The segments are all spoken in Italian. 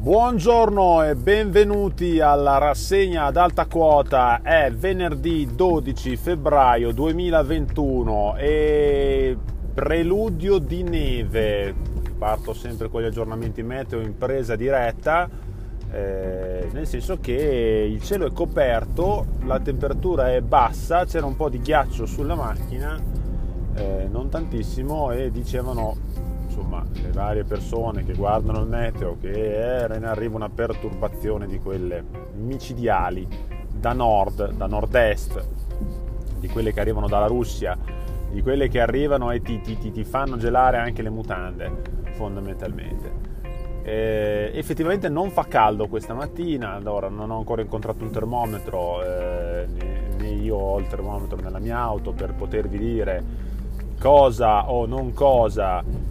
Buongiorno e benvenuti alla rassegna ad alta quota. È venerdì 12 febbraio 2021 e preludio di neve. Parto sempre con gli aggiornamenti meteo in presa diretta, nel senso che il cielo è coperto, la temperatura è bassa, c'era un po' di ghiaccio sulla macchina, non tantissimo, e dicevano insomma le varie persone che guardano il meteo che era in arrivo una perturbazione di quelle micidiali da nord, da nord-est, di quelle che arrivano dalla Russia, di quelle che arrivano e ti fanno gelare anche le mutande fondamentalmente. Effettivamente non fa caldo questa mattina. Allora, non ho ancora incontrato un termometro, né io ho il termometro nella mia auto per potervi dire cosa o non cosa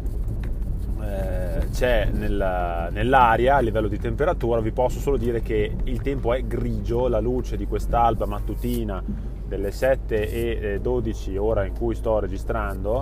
c'è nell'aria a livello di temperatura. Vi posso solo dire che il tempo è grigio, la luce di quest'alba mattutina delle 7:12, ora in cui sto registrando,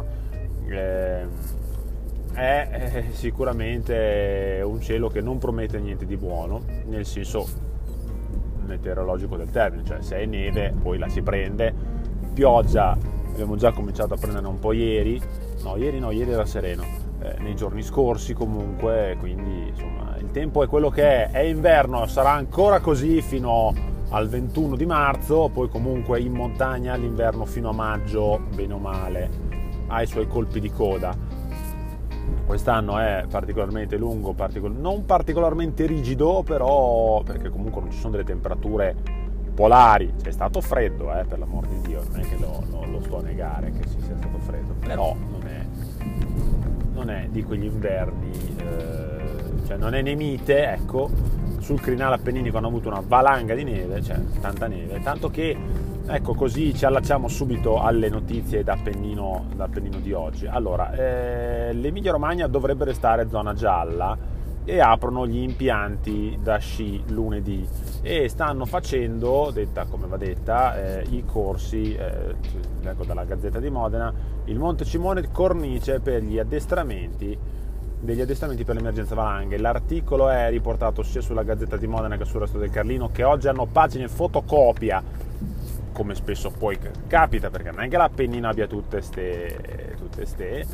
è sicuramente un cielo che non promette niente di buono, nel senso meteorologico del termine, cioè se è neve poi la si prende, pioggia abbiamo già cominciato a prendere un po' ieri era sereno, nei giorni scorsi comunque, quindi insomma il tempo è quello che è inverno, sarà ancora così fino al 21 di marzo, poi comunque in montagna l'inverno fino a maggio, bene o male, ha i suoi colpi di coda. Quest'anno è particolarmente lungo, non particolarmente rigido, però perché comunque non ci sono delle temperature polari, c'è stato freddo, per l'amor di Dio, non è che lo sto a negare che sia stato freddo, però non è di quegli inverni, cioè non è nemite, ecco. Sul crinale appenninico hanno avuto una valanga di neve, cioè tanta neve, tanto che, ecco, così ci allacciamo subito alle notizie d'Appennino di oggi. Allora, l'Emilia Romagna dovrebbe restare zona gialla e aprono gli impianti da sci lunedì e stanno facendo, detta come va detta, i corsi, ecco, dalla Gazzetta di Modena, il Monte Cimone cornice per degli addestramenti per l'emergenza valanghe. L'articolo è riportato sia sulla Gazzetta di Modena che sul Resto del Carlino, che oggi hanno pagine fotocopia, come spesso poi capita, perché non è che l'Appennino abbia tutte ste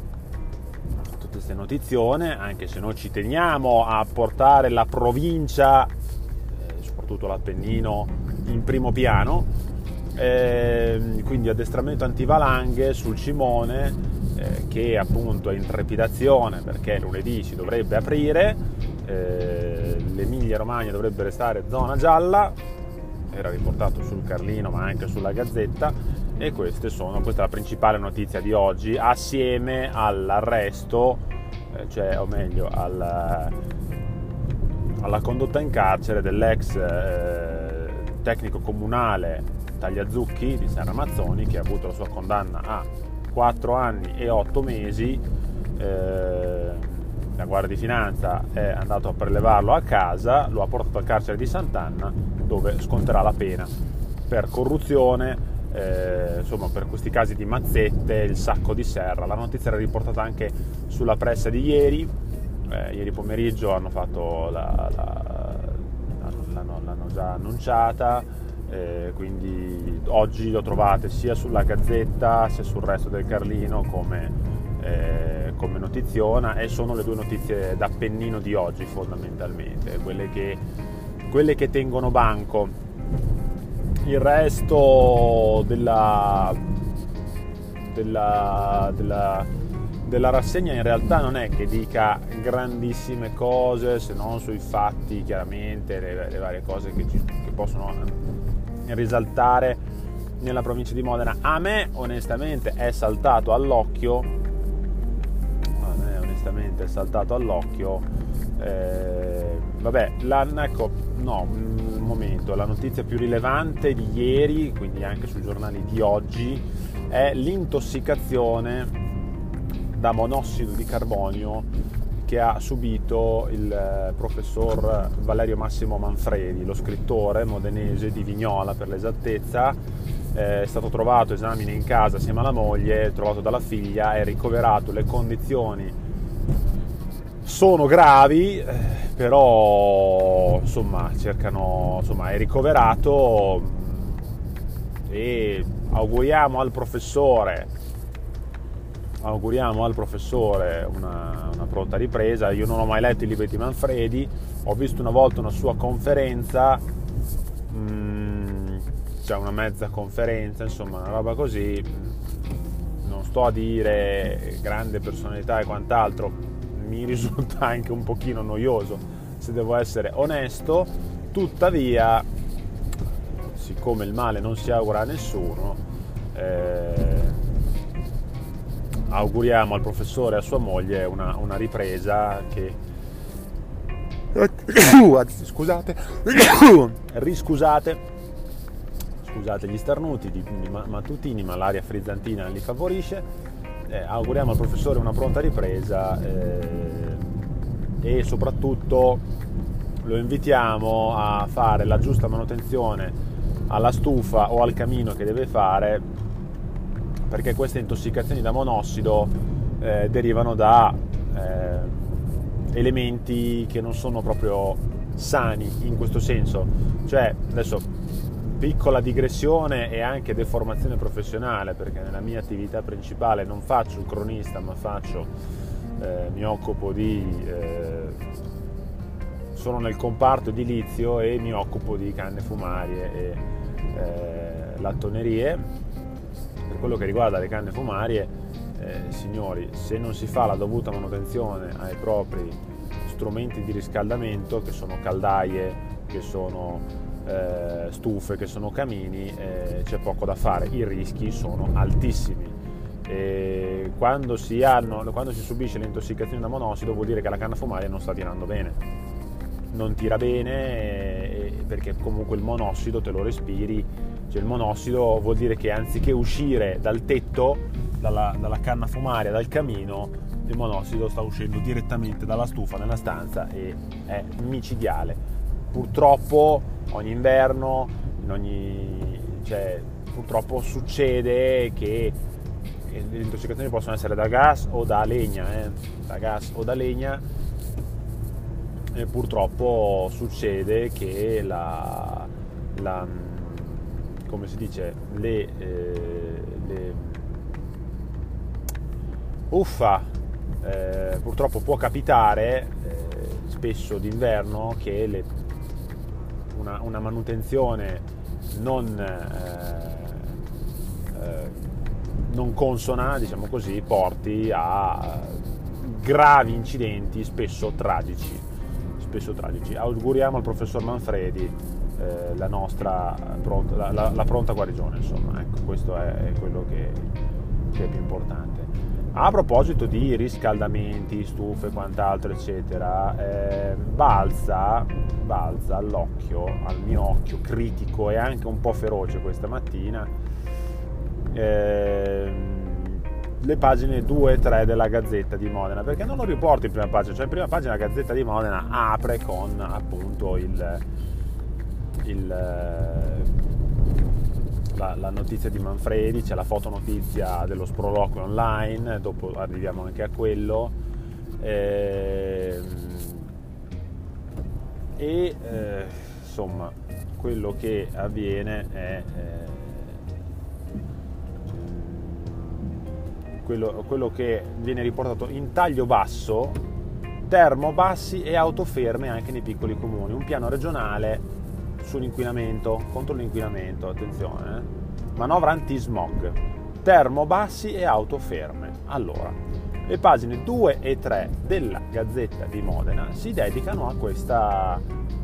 notizione, anche se noi ci teniamo a portare la provincia, soprattutto l'Appennino, in primo piano. Quindi addestramento antivalanghe sul Cimone, che appunto è in trepidazione perché lunedì si dovrebbe aprire, l'Emilia Romagna dovrebbe restare zona gialla, era riportato sul Carlino ma anche sulla Gazzetta, e questa è la principale notizia di oggi, assieme all'arresto, cioè o meglio alla condotta in carcere dell'ex tecnico comunale Tagliazucchi di San Ramazzoni, che ha avuto la sua condanna a 4 anni e 8 mesi. La Guardia di Finanza è andato a prelevarlo a casa, lo ha portato al carcere di Sant'Anna, dove sconterà la pena per corruzione, insomma, per questi casi di mazzette, il sacco di serra. La notizia era riportata anche sulla pressa di ieri. Ieri pomeriggio hanno fatto l'hanno già annunciata, quindi oggi lo trovate sia sulla Gazzetta sia sul Resto del Carlino come notiziona, e sono le due notizie d'Appennino di oggi fondamentalmente, quelle che tengono banco. Il resto della rassegna in realtà non è che dica grandissime cose, se non sui fatti, chiaramente le varie cose che possono risaltare nella provincia di Modena. A me onestamente è saltato all'occhio, la notizia più rilevante di ieri, quindi anche sui giornali di oggi, è l'intossicazione da monossido di carbonio che ha subito il professor Valerio Massimo Manfredi, lo scrittore modenese di Vignola per l'esattezza. È stato trovato esamine in casa assieme alla moglie, trovato dalla figlia, è ricoverato. Le condizioni sono gravi, però insomma cercano, insomma, è ricoverato, e auguriamo al professore una pronta ripresa. Io non ho mai letto i libri di Manfredi, ho visto una volta una sua conferenza, cioè una mezza conferenza, insomma una roba così, non sto a dire grande personalità e quant'altro, mi risulta anche un pochino noioso, se devo essere onesto. Tuttavia, siccome il male non si augura a nessuno, auguriamo al professore e a sua moglie una ripresa che scusate gli starnuti mattutini, ma l'aria frizzantina li favorisce. Auguriamo al professore una pronta ripresa, e soprattutto lo invitiamo a fare la giusta manutenzione alla stufa o al camino che deve fare, perché queste intossicazioni da monossido derivano da elementi che non sono proprio sani in questo senso. Cioè, adesso, piccola digressione e anche deformazione professionale, perché nella mia attività principale non faccio il cronista, ma mi occupo sono nel comparto edilizio e mi occupo di canne fumarie e lattonerie. Per quello che riguarda le canne fumarie, signori, se non si fa la dovuta manutenzione ai propri strumenti di riscaldamento, che sono caldaie, che sono stufe, che sono camini, c'è poco da fare, i rischi sono altissimi. E quando si subisce l'intossicazione da monossido, vuol dire che la canna fumaria non sta tirando bene, non tira bene, perché comunque il monossido te lo respiri. Cioè, il monossido vuol dire che anziché uscire dal tetto, dalla canna fumaria, dal camino, il monossido sta uscendo direttamente dalla stufa nella stanza e è micidiale. Purtroppo ogni inverno, purtroppo succede che le intossicazioni possono essere da gas o da legna, e purtroppo succede che come si dice, purtroppo può capitare spesso d'inverno che una manutenzione non consona, diciamo così, porti a gravi incidenti, spesso tragici. Auguriamo al professor Manfredi la pronta guarigione, insomma, ecco, questo è quello che è più importante. A proposito di riscaldamenti, stufe, quant'altro, eccetera, balza all'occhio, al mio occhio critico e anche un po' feroce questa mattina, le pagine 2 e 3 della Gazzetta di Modena, perché non lo riporto in prima pagina. Cioè, in prima pagina la Gazzetta di Modena apre con appunto la notizia di Manfredi, c'è la fotonotizia dello sproloquio online, dopo arriviamo anche a quello, insomma, quello che avviene è quello che viene riportato in taglio basso: termobassi e auto ferme anche nei piccoli comuni, un piano regionale sull'inquinamento, contro l'inquinamento, attenzione, manovra anti-smog, termobassi e auto ferme. Allora, le pagine 2 e 3 della Gazzetta di Modena si dedicano a questa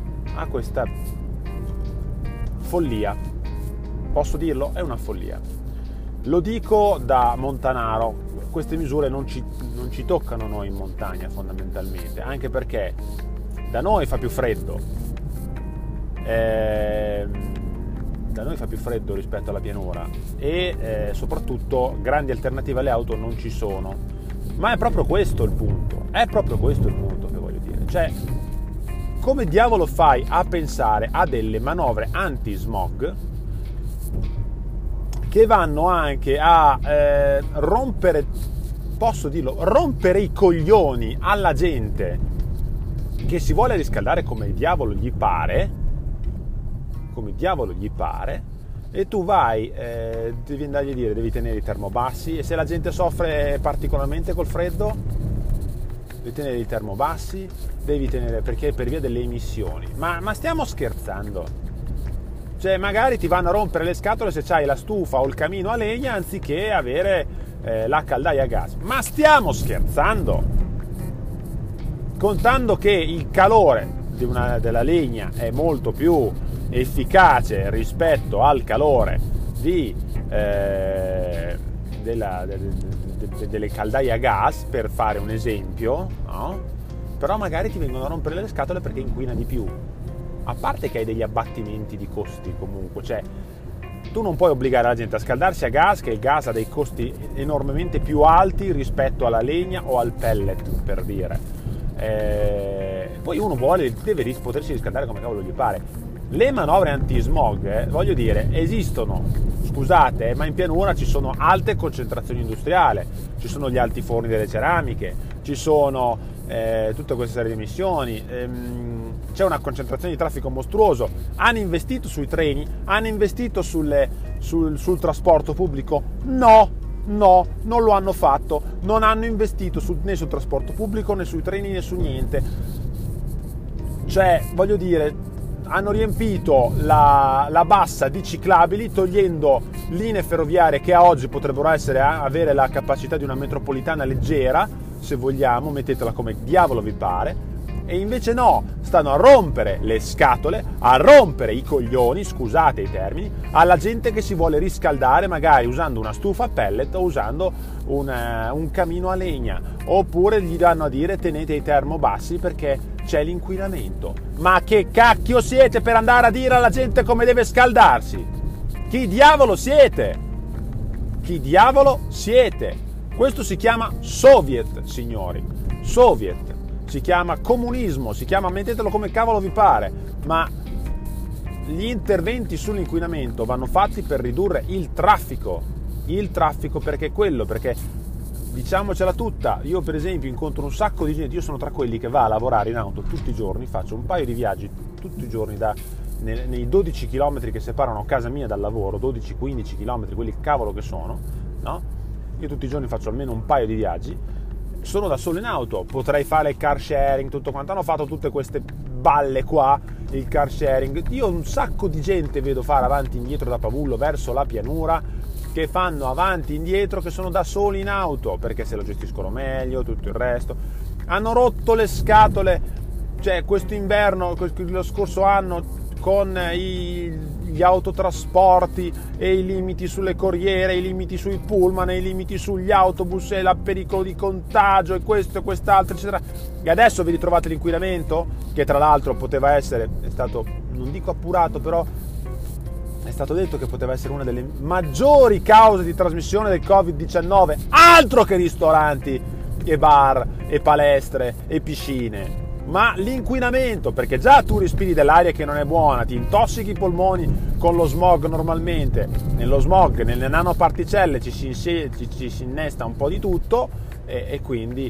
follia. Posso dirlo? È una follia. Lo dico da montanaro, queste misure non ci toccano noi in montagna fondamentalmente, anche perché da noi fa più freddo, rispetto alla pianura, e soprattutto grandi alternative alle auto non ci sono. Ma è proprio questo il punto che voglio dire. Cioè, come diavolo fai a pensare a delle manovre anti-smog che vanno anche a rompere posso dirlo, rompere i coglioni alla gente che si vuole riscaldare come diavolo gli pare, e tu vai, devi andargli a dire, devi tenere i termobassi, e se la gente soffre particolarmente col freddo, devi tenere i termobassi, devi tenere, perché per via delle emissioni. Ma stiamo scherzando? Cioè, magari ti vanno a rompere le scatole se c'hai la stufa o il camino a legna anziché avere la caldaia a gas. Ma stiamo scherzando? Contando che il calore della legna è molto più efficace rispetto al calore delle caldaie a gas, per fare un esempio, no? Però magari ti vengono a rompere le scatole perché inquina di più. A parte che hai degli abbattimenti di costi comunque, cioè tu non puoi obbligare la gente a scaldarsi a gas, che il gas ha dei costi enormemente più alti rispetto alla legna o al pellet, per dire. Poi uno deve potersi riscaldare come cavolo gli pare. Le manovre anti-smog, voglio dire, esistono, scusate, ma in pianura ci sono alte concentrazioni industriali, ci sono gli alti forni delle ceramiche, ci sono tutta questa serie di emissioni, c'è una concentrazione di traffico mostruoso. Hanno investito sui treni? Hanno investito sul trasporto pubblico? No, non lo hanno fatto. Non hanno investito né sul trasporto pubblico, né sui treni, né su niente. Cioè, voglio dire, hanno riempito la bassa di ciclabili, togliendo linee ferroviarie che a oggi potrebbero avere la capacità di una metropolitana leggera, se vogliamo, mettetela come diavolo vi pare. E invece no, stanno a rompere le scatole, a rompere i coglioni, scusate i termini, alla gente che si vuole riscaldare magari usando una stufa a pellet o usando un camino a legna, oppure gli danno a dire tenete i termobassi perché c'è l'inquinamento. Ma che cacchio siete per andare a dire alla gente come deve scaldarsi? Chi diavolo siete? Chi diavolo siete? Questo si chiama Soviet, signori, Soviet. Si chiama comunismo, si chiama, mettetelo come cavolo vi pare, ma gli interventi sull'inquinamento vanno fatti per ridurre il traffico, perché diciamocela tutta, io per esempio incontro un sacco di gente, io sono tra quelli che va a lavorare in auto tutti i giorni, faccio un paio di viaggi tutti i giorni nei 12 km che separano casa mia dal lavoro, 12-15 km, quelli cavolo che sono, no? Io tutti i giorni faccio almeno un paio di viaggi. Sono da solo in auto, potrei fare il car sharing, tutto quanto, hanno fatto tutte queste balle qua, il car sharing. Io un sacco di gente vedo fare avanti e indietro da Pavullo verso la pianura, che fanno avanti e indietro, che sono da soli in auto, perché se lo gestiscono meglio, tutto il resto. Hanno rotto le scatole, cioè questo inverno, lo scorso anno, con gli autotrasporti e i limiti sulle corriere, i limiti sui pullman, i limiti sugli autobus e il pericolo di contagio e questo e quest'altro, eccetera. E adesso vi ritrovate l'inquinamento, che tra l'altro poteva essere, è stato, non dico appurato, però è stato detto che poteva essere una delle maggiori cause di trasmissione del Covid-19, altro che ristoranti e bar e palestre e piscine. Ma l'inquinamento, perché già tu respiri dell'aria che non è buona, ti intossichi i polmoni con lo smog normalmente, nello smog, nelle nanoparticelle ci si innesta un po' di tutto e quindi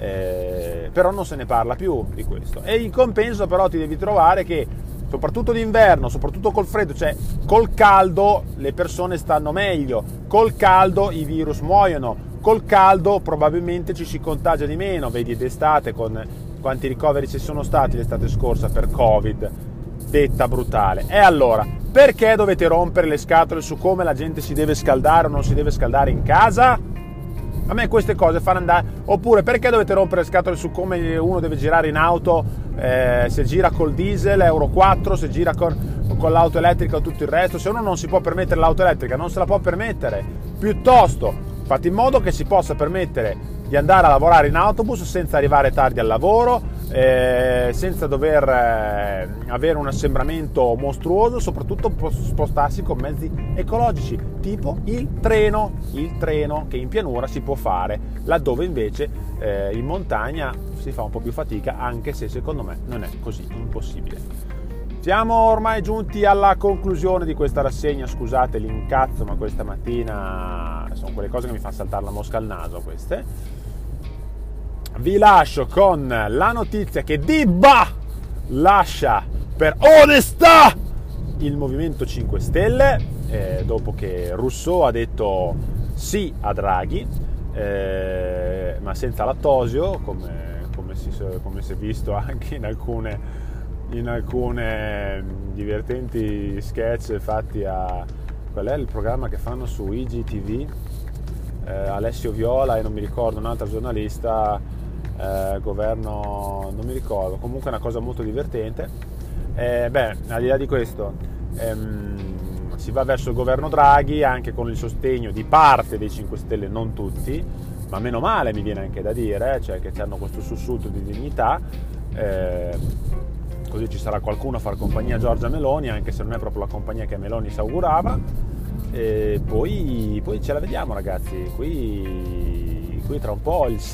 però non se ne parla più di questo. E in compenso però ti devi trovare che soprattutto d'inverno, soprattutto col freddo, cioè col caldo le persone stanno meglio, col caldo i virus muoiono, col caldo probabilmente ci si contagia di meno, vedi d'estate con quanti ricoveri ci sono stati l'estate scorsa per Covid, detta brutale. E allora, perché dovete rompere le scatole su come la gente si deve scaldare o non si deve scaldare in casa? A me queste cose fanno andare. Oppure perché dovete rompere le scatole su come uno deve girare in auto, se gira col diesel Euro 4, se gira con l'auto elettrica o tutto il resto. Se uno non si può permettere l'auto elettrica, non se la può permettere. Piuttosto fate in modo che si possa permettere di andare a lavorare in autobus senza arrivare tardi al lavoro, senza dover avere un assembramento mostruoso, soprattutto spostarsi con mezzi ecologici, tipo il treno che in pianura si può fare, laddove invece in montagna si fa un po' più fatica, anche se secondo me non è così impossibile. Siamo ormai giunti alla conclusione di questa rassegna, scusate l'incazzo, ma questa mattina sono quelle cose che mi fanno saltare la mosca al naso queste. Vi lascio con la notizia che Dibba lascia per onestà il Movimento 5 Stelle, dopo che Rousseau ha detto sì a Draghi, ma senza lattosio, come si è visto anche in alcune divertenti sketch fatti a qual è il programma che fanno su IGTV, Alessio Viola e non mi ricordo un'altra giornalista, governo non mi ricordo, comunque è una cosa molto divertente. Al di là di questo, si va verso il governo Draghi anche con il sostegno di parte dei 5 Stelle, non tutti, ma meno male, mi viene anche da dire, cioè che hanno questo sussulto di dignità, così ci sarà qualcuno a far compagnia a Giorgia Meloni, anche se non è proprio la compagnia che Meloni si augurava, e poi ce la vediamo, ragazzi. Qui tra un po' il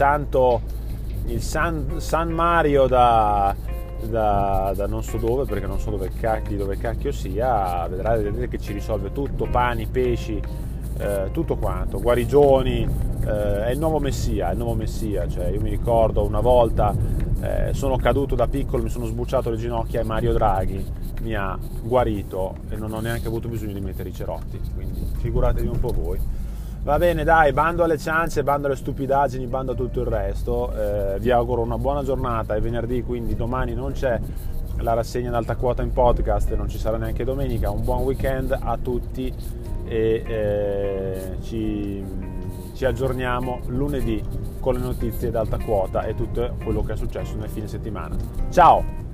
San Mario da non so dove, perché non so dove cacchio sia, vedrete che ci risolve tutto, pani, pesci, tutto quanto, guarigioni, è il nuovo messia, cioè io mi ricordo una volta sono caduto da piccolo, mi sono sbucciato le ginocchia e Mario Draghi mi ha guarito e non ho neanche avuto bisogno di mettere i cerotti, quindi figuratevi un po' voi. Va bene, dai, bando alle ciance, bando alle stupidaggini, bando a tutto il resto. Vi auguro una buona giornata. È venerdì, quindi domani non c'è la rassegna ad alta quota in podcast, non ci sarà neanche domenica. Un buon weekend a tutti e ci aggiorniamo lunedì con le notizie ad alta quota e tutto quello che è successo nel fine settimana. Ciao!